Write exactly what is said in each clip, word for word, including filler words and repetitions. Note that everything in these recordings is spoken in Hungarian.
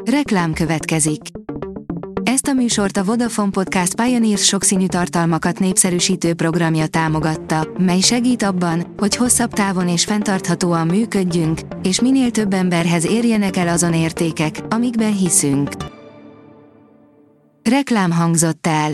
Reklám következik. Ezt a műsort a Vodafone Podcast Pioneers sokszínű tartalmakat népszerűsítő programja támogatta, mely segít abban, hogy hosszabb távon és fenntarthatóan működjünk, és minél több emberhez érjenek el azon értékek, amikben hiszünk. Reklám hangzott el.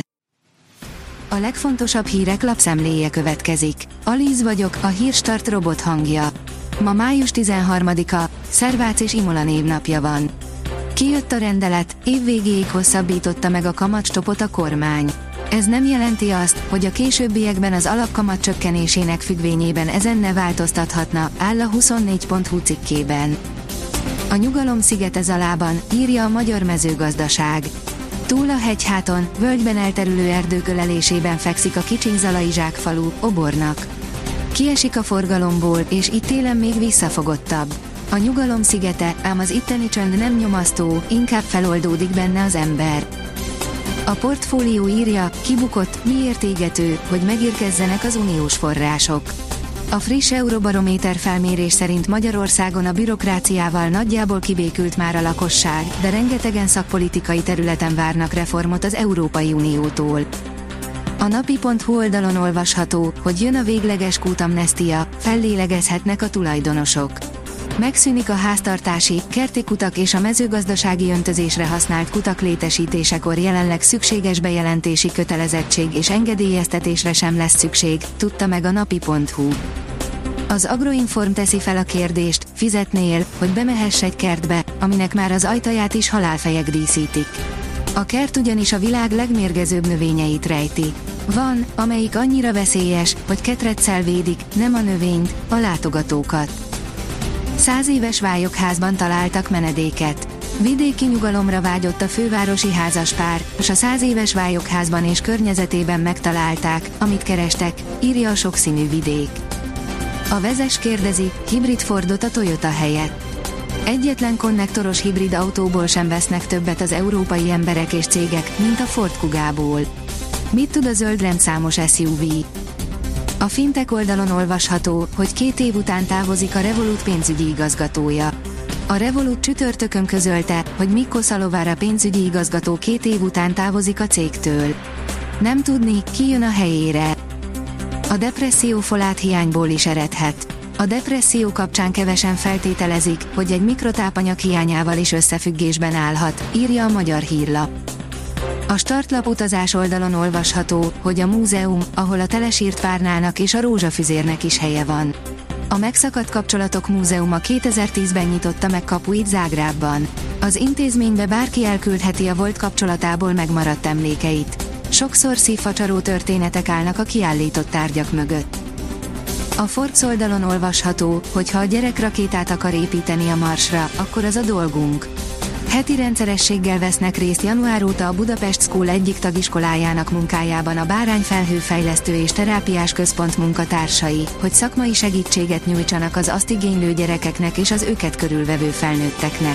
A legfontosabb hírek lapszemléje következik. Alíz vagyok, a Hírstart robot hangja. Ma május tizenharmadika, Szervác és Imola névnapja van. Kijött a rendelet, évvégéig hosszabbította meg a kamatstopot a kormány. Ez nem jelenti azt, hogy a későbbiekben az alapkamat csökkenésének függvényében ezen ne változtathatna, áll a huszonnégy pont hu cikkében. A nyugalom szigete Zalában, írja a Magyar Mezőgazdaság. Túl a hegyháton, völgyben elterülő erdők ölelésében fekszik a kicsiny zalai zsákfalu, Obornak. Kiesik a forgalomból, és itt télen még visszafogottabb. A nyugalom szigete, ám az itteni csönd nem nyomasztó, inkább feloldódik benne az ember. A Portfólió írja, kibukott, miért égető, hogy megérkezzenek az uniós források. A friss Eurobarométer felmérés szerint Magyarországon a bürokráciával nagyjából kibékült már a lakosság, de rengetegen szakpolitikai területen várnak reformot az Európai Uniótól. A napi pont hu oldalon olvasható, hogy jön a végleges kútamnesztia, fellélegezhetnek a tulajdonosok. Megszűnik a háztartási, kerti kutak és a mezőgazdasági öntözésre használt kutak létesítésekor jelenleg szükséges bejelentési kötelezettség és engedélyeztetésre sem lesz szükség, tudta meg a napi pont hu. Az Agroinform teszi fel a kérdést, fizetnél, hogy bemehess egy kertbe, aminek már az ajtaját is halálfejek díszítik. A kert ugyanis a világ legmérgezőbb növényeit rejti. Van, amelyik annyira veszélyes, hogy ketreccel védik, nem a növényt, a látogatókat. Száz éves vályokházban találtak menedéket. Vidéki nyugalomra vágyott a fővárosi házaspár, és a száz éves vályokházban és környezetében megtalálták, amit kerestek, írja a sokszínű vidék. A Vezes kérdezi, hibrid Fordot a Toyota helyett. Egyetlen konnektoros hibrid autóból sem vesznek többet az európai emberek és cégek, mint a Ford Kugából. Mit tud a zöld rendszámos es u vé? A Fintech oldalon olvasható, hogy két év után távozik a Revolut pénzügyi igazgatója. A Revolut csütörtökön közölte, hogy Mikko Szalovára pénzügyi igazgató két év után távozik a cégtől. Nem tudni, ki jön a helyére. A depresszió foláthiányból is eredhet. A depresszió kapcsán kevesen feltételezik, hogy egy mikrotápanyag hiányával is összefüggésben állhat, írja a Magyar Hírlap. A startlap utazás oldalon olvasható, hogy a múzeum, ahol a telesírt párnának és a rózsafüzérnek is helye van. A Megszakadt Kapcsolatok Múzeuma kétezer-tízben nyitotta meg kapuit Zágrábban. Az intézménybe bárki elküldheti a volt kapcsolatából megmaradt emlékeit. Sokszor szívfacsaró történetek állnak a kiállított tárgyak mögött. A Forbes oldalon olvasható, hogy ha a gyerek rakétát akar építeni a Marsra, akkor az a dolgunk. Heti rendszerességgel vesznek részt január óta a Budapest School egyik tagiskolájának munkájában a Bárányfelhő Fejlesztő és Terápiás Központ munkatársai, hogy szakmai segítséget nyújtsanak az azt igénylő gyerekeknek és az őket körülvevő felnőtteknek.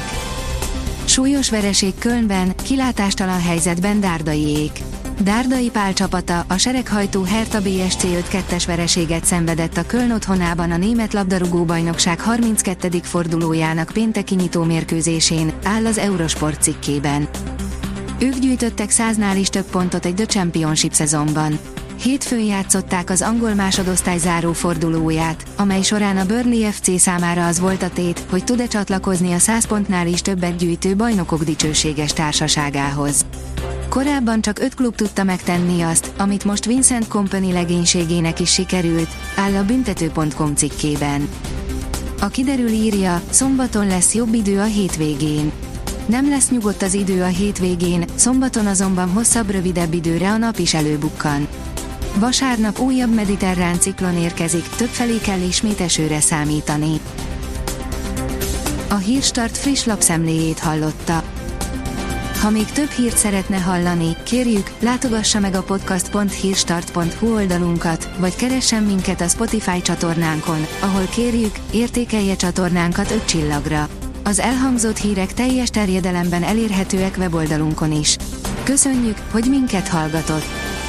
Súlyos vereség Kölnben, kilátástalan helyzetben Dárdaiék. Dárdai Pál csapata, a sereghajtó Hertha bé es cé öt kettes vereséget szenvedett a Köln otthonában a német labdarúgóbajnokság harminckettedik fordulójának pénteki nyitómérkőzésén, áll az Eurosport cikkében. Ők gyűjtöttek száznál is több pontot egy The Championship szezonban. Hétfőn játszották az angol másodosztály záró fordulóját, amely során a Burnley ef cé számára az volt a tét, hogy tud-e csatlakozni a száz pontnál is többet gyűjtő bajnokok dicsőséges társaságához. Korábban csak öt klub tudta megtenni azt, amit most Vincent Kompany legénységének is sikerült, áll a büntető pont com cikkében. A kiderül írja, szombaton lesz jobb idő a hétvégén. Nem lesz nyugodt az idő a hétvégén, szombaton azonban hosszabb, rövidebb időre a nap is előbukkan. Vasárnap újabb mediterrán ciklon érkezik, többfelé kell ismét esőre számítani. A Hírstart friss lapszemléjét hallotta. Ha még több hírt szeretne hallani, kérjük, látogassa meg a podcast pont hírstart pont hu oldalunkat, vagy keressen minket a Spotify csatornánkon, ahol kérjük, értékelje csatornánkat öt csillagra. Az elhangzott hírek teljes terjedelemben elérhetőek weboldalunkon is. Köszönjük, hogy minket hallgatott!